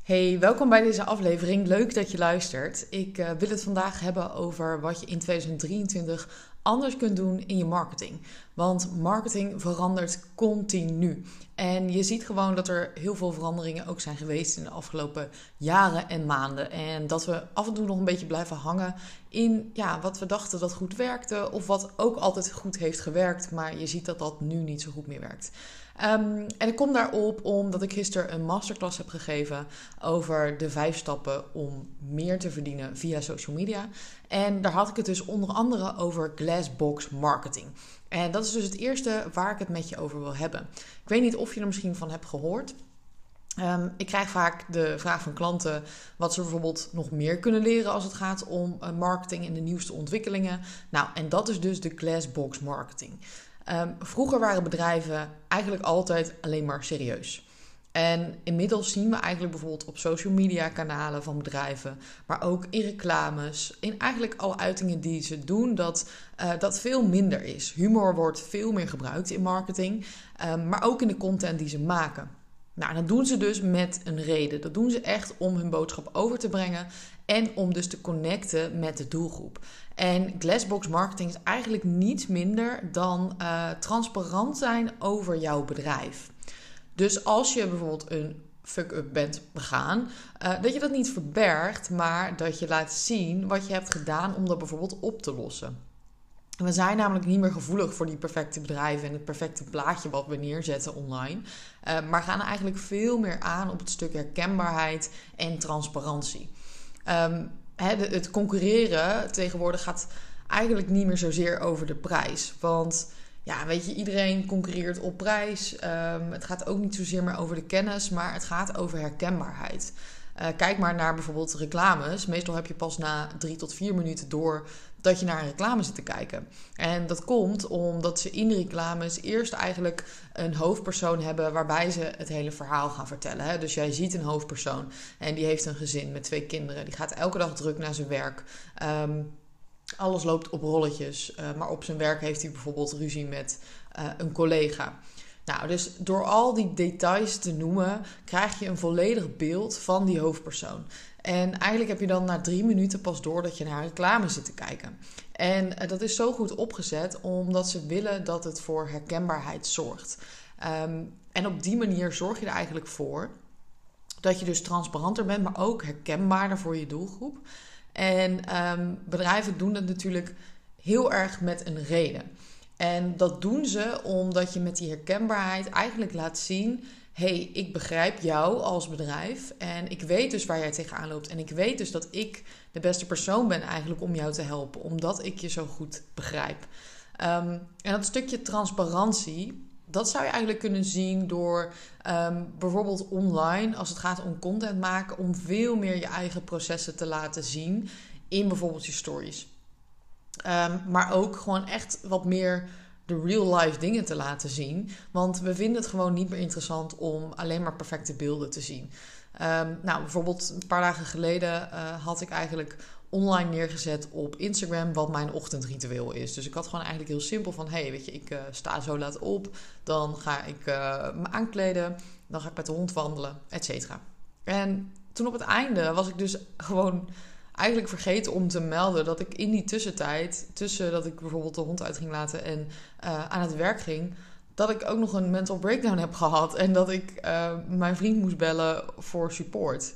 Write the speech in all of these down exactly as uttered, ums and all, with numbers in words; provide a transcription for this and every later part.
Hey, welkom bij deze aflevering. Leuk dat je luistert. Ik uh, wil het vandaag hebben over wat je in tweeduizend drieëntwintig anders kunt doen in je marketing. Want marketing verandert continu. En je ziet gewoon dat er heel veel veranderingen ook zijn geweest in de afgelopen jaren en maanden. En dat we af en toe nog een beetje blijven hangen in ja, wat we dachten dat goed werkte. Of wat ook altijd goed heeft gewerkt. Maar je ziet dat dat nu niet zo goed meer werkt. Um, en ik kom daarop omdat ik gisteren een masterclass heb gegeven over de vijf stappen om meer te verdienen via social media. En daar had ik het dus onder andere over glassbox marketing. En dat is dus het eerste waar ik het met je over wil hebben. Ik weet niet of je er misschien van hebt gehoord. Um, ik krijg vaak de vraag van klanten wat ze bijvoorbeeld nog meer kunnen leren als het gaat om uh, marketing en de nieuwste ontwikkelingen. Nou, en dat is dus de glassbox marketing. Um, vroeger waren bedrijven eigenlijk altijd alleen maar serieus. En inmiddels zien we eigenlijk bijvoorbeeld op social media kanalen van bedrijven, maar ook in reclames, in eigenlijk alle uitingen die ze doen, dat uh, dat veel minder is. Humor wordt veel meer gebruikt in marketing, um, maar ook in de content die ze maken. Nou, dat doen ze dus met een reden. Dat doen ze echt om hun boodschap over te brengen en om dus te connecten met de doelgroep. En glassbox marketing is eigenlijk niets minder dan uh, transparant zijn over jouw bedrijf. Dus als je bijvoorbeeld een fuck-up bent begaan, uh, dat je dat niet verbergt, maar dat je laat zien wat je hebt gedaan om dat bijvoorbeeld op te lossen. We zijn namelijk niet meer gevoelig voor die perfecte bedrijven en het perfecte plaatje wat we neerzetten online. Uh, maar gaan eigenlijk veel meer aan op het stuk herkenbaarheid en transparantie. Um, he, de, het concurreren tegenwoordig gaat eigenlijk niet meer zozeer over de prijs. Want ja, weet je, iedereen concurreert op prijs. Um, het gaat ook niet zozeer meer over de kennis, maar het gaat over herkenbaarheid. Uh, kijk maar naar bijvoorbeeld reclames. Meestal heb je pas na drie tot vier minuten door dat je naar een reclame zit te kijken. En dat komt omdat ze in de reclames eerst eigenlijk een hoofdpersoon hebben waarbij ze het hele verhaal gaan vertellen. Hè? Dus jij ziet een hoofdpersoon en die heeft een gezin met twee kinderen. Die gaat elke dag druk naar zijn werk. Um, alles loopt op rolletjes. Uh, maar op zijn werk heeft hij bijvoorbeeld ruzie met uh, een collega. Nou, dus door al die details te noemen, krijg je een volledig beeld van die hoofdpersoon. En eigenlijk heb je dan na drie minuten pas door dat je naar reclame zit te kijken. En uh, dat is zo goed opgezet, omdat ze willen dat het voor herkenbaarheid zorgt. Um, en op die manier zorg je er eigenlijk voor dat je dus transparanter bent, maar ook herkenbaarder voor je doelgroep. En um, bedrijven doen dat natuurlijk heel erg met een reden. En dat doen ze omdat je met die herkenbaarheid eigenlijk laat zien: hey, ik begrijp jou als bedrijf en ik weet dus waar jij tegenaan loopt. En ik weet dus dat ik de beste persoon ben eigenlijk om jou te helpen, omdat ik je zo goed begrijp. Um, en dat stukje transparantie, dat zou je eigenlijk kunnen zien door um, bijvoorbeeld online, als het gaat om content maken, om veel meer je eigen processen te laten zien in bijvoorbeeld je stories. Um, maar ook gewoon echt wat meer de real-life dingen te laten zien. Want we vinden het gewoon niet meer interessant om alleen maar perfecte beelden te zien. Um, nou, bijvoorbeeld een paar dagen geleden uh, had ik eigenlijk online neergezet op Instagram wat mijn ochtendritueel is. Dus ik had gewoon eigenlijk heel simpel van: hey, weet je, ik uh, sta zo laat op. Dan ga ik uh, me aankleden. Dan ga ik met de hond wandelen, et cetera. En toen op het einde was ik dus gewoon eigenlijk vergeten om te melden dat ik in die tussentijd, tussen dat ik bijvoorbeeld de hond uit ging laten en uh, aan het werk ging, dat ik ook nog een mental breakdown heb gehad en dat ik uh, mijn vriend moest bellen voor support.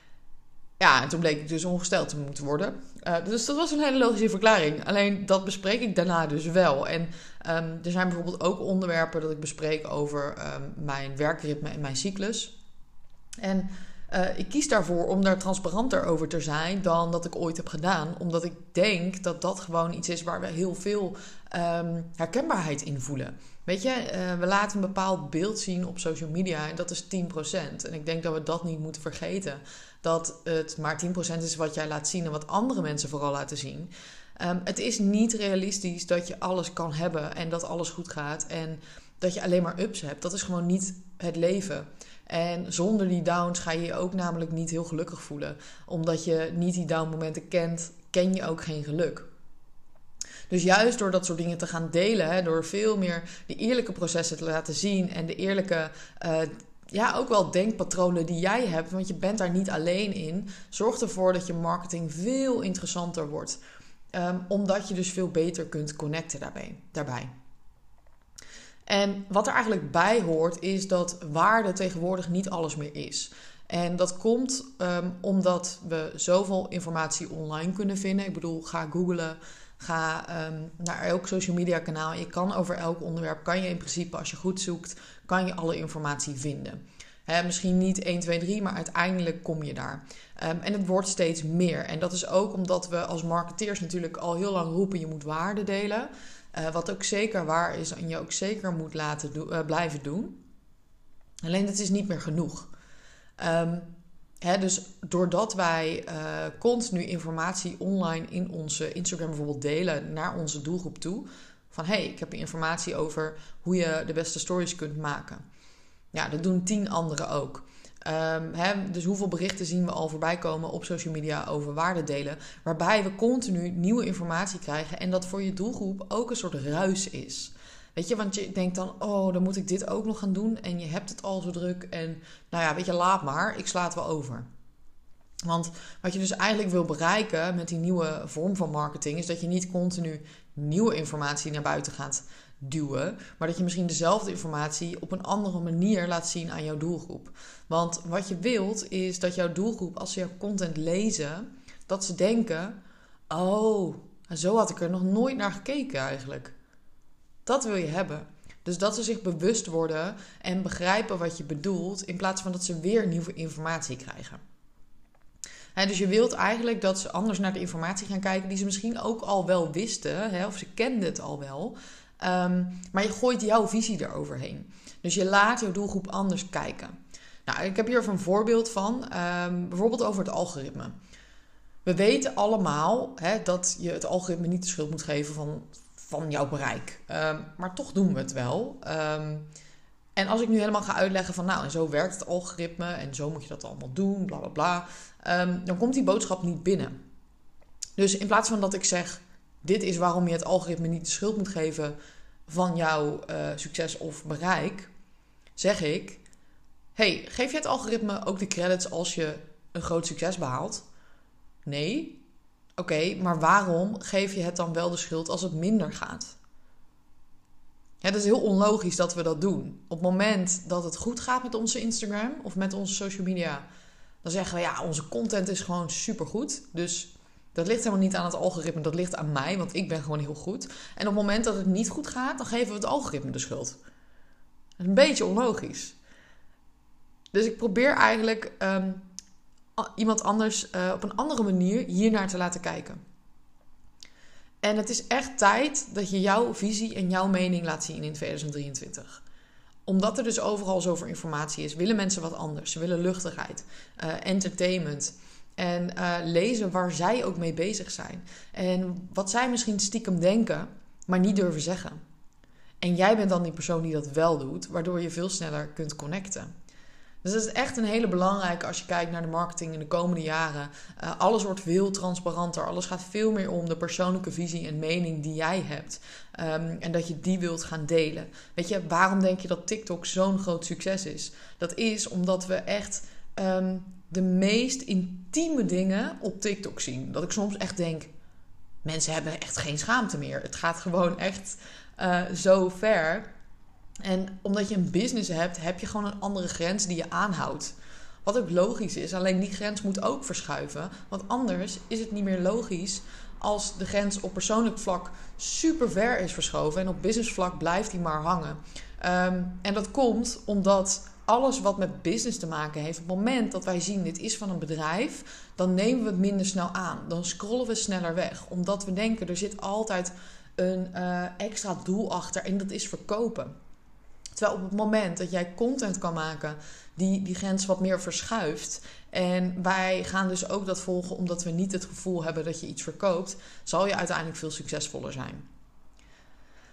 Ja, en toen bleek ik dus ongesteld te moeten worden. Uh, dus dat was een hele logische verklaring. Alleen dat bespreek ik daarna dus wel. En um, er zijn bijvoorbeeld ook onderwerpen dat ik bespreek over um, mijn werkritme en mijn cyclus. En Uh, ik kies daarvoor om daar transparanter over te zijn dan dat ik ooit heb gedaan. Omdat ik denk dat dat gewoon iets is waar we heel veel um, herkenbaarheid in voelen. Weet je, uh, we laten een bepaald beeld zien op social media en dat is tien procent. En ik denk dat we dat niet moeten vergeten. Dat het maar tien procent is wat jij laat zien en wat andere mensen vooral laten zien. Um, het is niet realistisch dat je alles kan hebben en dat alles goed gaat. En dat je alleen maar ups hebt. Dat is gewoon niet het leven. En zonder die downs ga je je ook namelijk niet heel gelukkig voelen. Omdat je niet die down momenten kent, ken je ook geen geluk. Dus juist door dat soort dingen te gaan delen, hè, door veel meer de eerlijke processen te laten zien en de eerlijke uh, ja, ook wel denkpatronen die jij hebt, want je bent daar niet alleen in. Zorg ervoor dat je marketing veel interessanter wordt. Um, omdat je dus veel beter kunt connecten daarbij. daarbij. En wat er eigenlijk bij hoort is dat waarde tegenwoordig niet alles meer is. En dat komt um, omdat we zoveel informatie online kunnen vinden. Ik bedoel, ga googlen, ga um, naar elk social media kanaal. Je kan over elk onderwerp, kan je in principe als je goed zoekt, kan je alle informatie vinden. He, misschien niet één, twee, drie, maar uiteindelijk kom je daar. Um, en het wordt steeds meer. En dat is ook omdat we als marketeers natuurlijk al heel lang roepen, je moet waarde delen. Uh, wat ook zeker waar is en je ook zeker moet laten do- uh, blijven doen. Alleen het is niet meer genoeg. Um, hè, dus doordat wij uh, continu informatie online in onze Instagram bijvoorbeeld delen naar onze doelgroep toe. Van hé, hey, ik heb informatie over hoe je de beste stories kunt maken. Ja, dat doen tien anderen ook. Um, hè, dus hoeveel berichten zien we al voorbij komen op social media over waarde delen. Waarbij we continu nieuwe informatie krijgen. En dat voor je doelgroep ook een soort ruis is. Weet je, want je denkt dan, oh, dan moet ik dit ook nog gaan doen. En je hebt het al zo druk. En nou ja, weet je, laat maar. Ik sla het wel over. Want wat je dus eigenlijk wil bereiken met die nieuwe vorm van marketing is dat je niet continu nieuwe informatie naar buiten gaat duwen. Maar dat je misschien dezelfde informatie op een andere manier laat zien aan jouw doelgroep. Want wat je wilt is dat jouw doelgroep, als ze jouw content lezen, dat ze denken, oh, zo had ik er nog nooit naar gekeken eigenlijk. Dat wil je hebben. Dus dat ze zich bewust worden en begrijpen wat je bedoelt, in plaats van dat ze weer nieuwe informatie krijgen. He, dus je wilt eigenlijk dat ze anders naar de informatie gaan kijken die ze misschien ook al wel wisten, he, of ze kenden het al wel. Um, maar je gooit jouw visie eroverheen. Dus je laat jouw doelgroep anders kijken. Nou, ik heb hier even een voorbeeld van. Um, bijvoorbeeld over het algoritme. We weten allemaal he, dat je het algoritme niet de schuld moet geven van, van jouw bereik. Um, maar toch doen we het wel. Um, en als ik nu helemaal ga uitleggen van nou, en zo werkt het algoritme en zo moet je dat allemaal doen, bla bla bla. Um, dan komt die boodschap niet binnen. Dus in plaats van dat ik zeg, dit is waarom je het algoritme niet de schuld moet geven van jouw uh, succes of bereik, zeg ik, hey, geef je het algoritme ook de credits als je een groot succes behaalt? Nee. Oké, okay, maar waarom geef je het dan wel de schuld als het minder gaat? Ja, het is heel onlogisch dat we dat doen. Op het moment dat het goed gaat met onze Instagram of met onze social media, dan zeggen we, ja, onze content is gewoon supergoed. Dus dat ligt helemaal niet aan het algoritme, dat ligt aan mij, want ik ben gewoon heel goed. En op het moment dat het niet goed gaat, dan geven we het algoritme de schuld. Dat is een beetje onlogisch. Dus ik probeer eigenlijk um, iemand anders uh, op een andere manier hiernaar te laten kijken. En het is echt tijd dat je jouw visie en jouw mening laat zien in tweeduizend drieëntwintig. Omdat er dus overal zoveel informatie is, willen mensen wat anders. Ze willen luchtigheid, uh, entertainment en uh, lezen waar zij ook mee bezig zijn. En wat zij misschien stiekem denken, maar niet durven zeggen. En jij bent dan die persoon die dat wel doet, waardoor je veel sneller kunt connecten. Dus dat is echt een hele belangrijke als je kijkt naar de marketing in de komende jaren. Uh, alles wordt veel transparanter. Alles gaat veel meer om de persoonlijke visie en mening die jij hebt. Um, en dat je die wilt gaan delen. Weet je, waarom denk je dat TikTok zo'n groot succes is? Dat is omdat we echt um, de meest intieme dingen op TikTok zien. Dat ik soms echt denk, mensen hebben echt geen schaamte meer. Het gaat gewoon echt uh, zo ver. En omdat je een business hebt, heb je gewoon een andere grens die je aanhoudt. Wat ook logisch is, alleen die grens moet ook verschuiven. Want anders is het niet meer logisch als de grens op persoonlijk vlak super ver is verschoven. En op business vlak blijft die maar hangen. Um, en dat komt omdat alles wat met business te maken heeft, op het moment dat wij zien dit is van een bedrijf, dan nemen we het minder snel aan. Dan scrollen we sneller weg. Omdat we denken, er zit altijd een uh, extra doel achter en dat is verkopen. Terwijl op het moment dat jij content kan maken die die grens wat meer verschuift. En wij gaan dus ook dat volgen omdat we niet het gevoel hebben dat je iets verkoopt. Zal je uiteindelijk veel succesvoller zijn.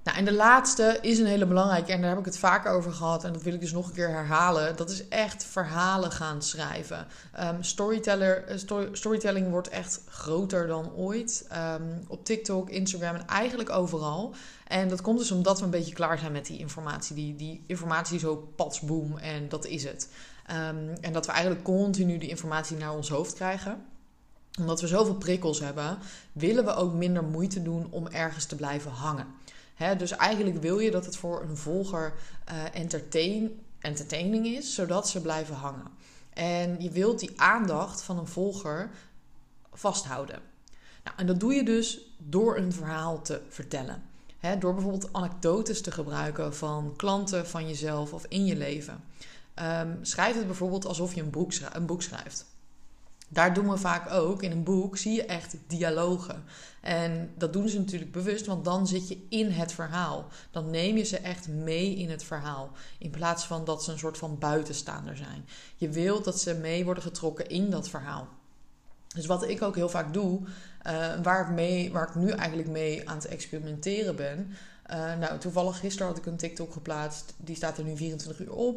Nou, en de laatste is een hele belangrijke en daar heb ik het vaker over gehad en dat wil ik dus nog een keer herhalen. Dat is echt verhalen gaan schrijven. Um, storyteller, story, storytelling wordt echt groter dan ooit. Um, op TikTok, Instagram en eigenlijk overal. En dat komt dus omdat we een beetje klaar zijn met die informatie. Die, die informatie zo patsboom en dat is het. Um, en dat we eigenlijk continu die informatie naar ons hoofd krijgen. Omdat we zoveel prikkels hebben, willen we ook minder moeite doen om ergens te blijven hangen. He, dus eigenlijk wil je dat het voor een volger uh, entertain, entertaining is, zodat ze blijven hangen. En je wilt die aandacht van een volger vasthouden. Nou, en dat doe je dus door een verhaal te vertellen. He, door bijvoorbeeld anekdotes te gebruiken van klanten, van jezelf of in je leven. Um, schrijf het bijvoorbeeld alsof je een boek, schrijft, een boek schrijft. Daar doen we vaak ook. In een boek zie je echt dialogen. En dat doen ze natuurlijk bewust, want dan zit je in het verhaal. Dan neem je ze echt mee in het verhaal. In plaats van dat ze een soort van buitenstaander zijn. Je wilt dat ze mee worden getrokken in dat verhaal. Dus wat ik ook heel vaak doe, uh, waar, ik mee, waar ik nu eigenlijk mee aan het experimenteren ben. Uh, nou, toevallig gisteren had ik een TikTok geplaatst. Die staat er nu vierentwintig uur op.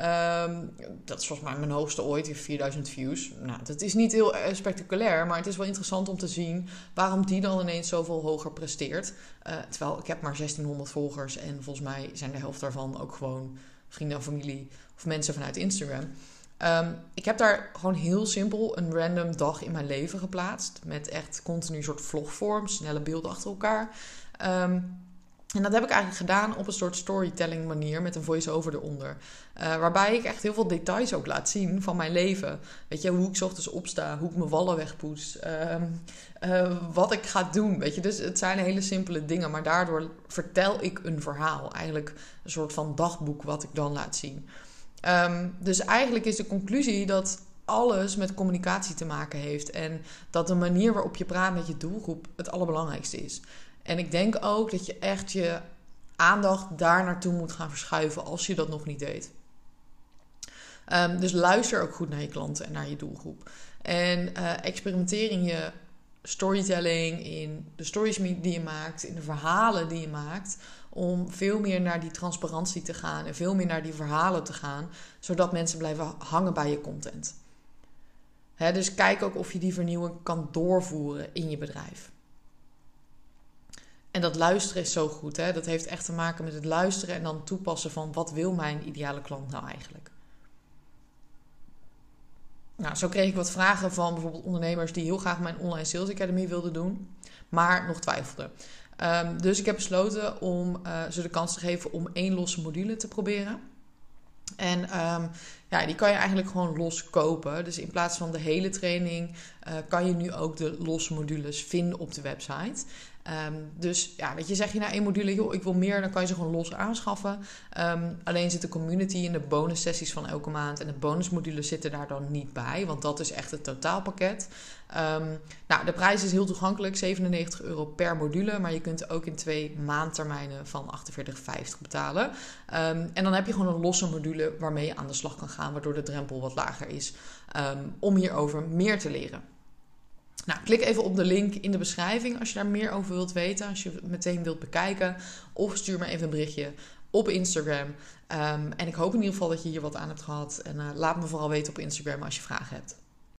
Um, dat is volgens mij mijn hoogste ooit. Die heeft vierduizend views. Nou, dat is niet heel uh, spectaculair. Maar het is wel interessant om te zien waarom die dan ineens zoveel hoger presteert. Uh, terwijl ik heb maar zestienhonderd volgers. En volgens mij zijn de helft daarvan ook gewoon vrienden en familie. Of mensen vanuit Instagram. Um, ik heb daar gewoon heel simpel een random dag in mijn leven geplaatst. Met echt continu een soort vlogvorm. Snelle beelden achter elkaar. Um, En dat heb ik eigenlijk gedaan op een soort storytelling manier met een voice-over eronder. Uh, waarbij ik echt heel veel details ook laat zien van mijn leven. Weet je, hoe ik 's ochtends opsta, hoe ik mijn wallen wegpoets, uh, uh, wat ik ga doen. Weet je, dus het zijn hele simpele dingen, maar daardoor vertel ik een verhaal. Eigenlijk een soort van dagboek wat ik dan laat zien. Um, dus eigenlijk is de conclusie dat alles met communicatie te maken heeft. En dat de manier waarop je praat met je doelgroep het allerbelangrijkste is. En ik denk ook dat je echt je aandacht daar naartoe moet gaan verschuiven als je dat nog niet deed. Um, dus luister ook goed naar je klanten en naar je doelgroep. En uh, experimenteer in je storytelling, in de stories die je maakt, in de verhalen die je maakt. Om veel meer naar die transparantie te gaan en veel meer naar die verhalen te gaan. Zodat mensen blijven hangen bij je content. He, dus kijk ook of je die vernieuwing kan doorvoeren in je bedrijf. En dat luisteren is zo goed. Hè? Dat heeft echt te maken met het luisteren en dan toepassen van wat wil mijn ideale klant nou eigenlijk. Nou, zo kreeg ik wat vragen van bijvoorbeeld ondernemers die heel graag mijn Online Sales Academy wilden doen, maar nog twijfelden. Um, dus ik heb besloten om uh, ze de kans te geven om één losse module te proberen. En um, ja, die kan je eigenlijk gewoon los kopen. Dus in plaats van de hele training uh, kan je nu ook de losse modules vinden op de website. Um, dus ja, weet je, zeg je na één module, joh, ik wil meer, dan kan je ze gewoon los aanschaffen. Um, alleen zit de community en de bonus sessies van elke maand en de bonusmodules zitten daar dan niet bij, want dat is echt het totaalpakket. Um, nou, de prijs is heel toegankelijk, zevenennegentig euro per module, maar je kunt ook in twee maandtermijnen van achtenveertig vijftig betalen. Um, en dan heb je gewoon een losse module waarmee je aan de slag kan gaan, waardoor de drempel wat lager is um, om hierover meer te leren. Nou, klik even op de link in de beschrijving als je daar meer over wilt weten. Als je het meteen wilt bekijken. Of stuur me even een berichtje op Instagram. Um, en ik hoop in ieder geval dat je hier wat aan hebt gehad. En uh, laat me vooral weten op Instagram als je vragen hebt.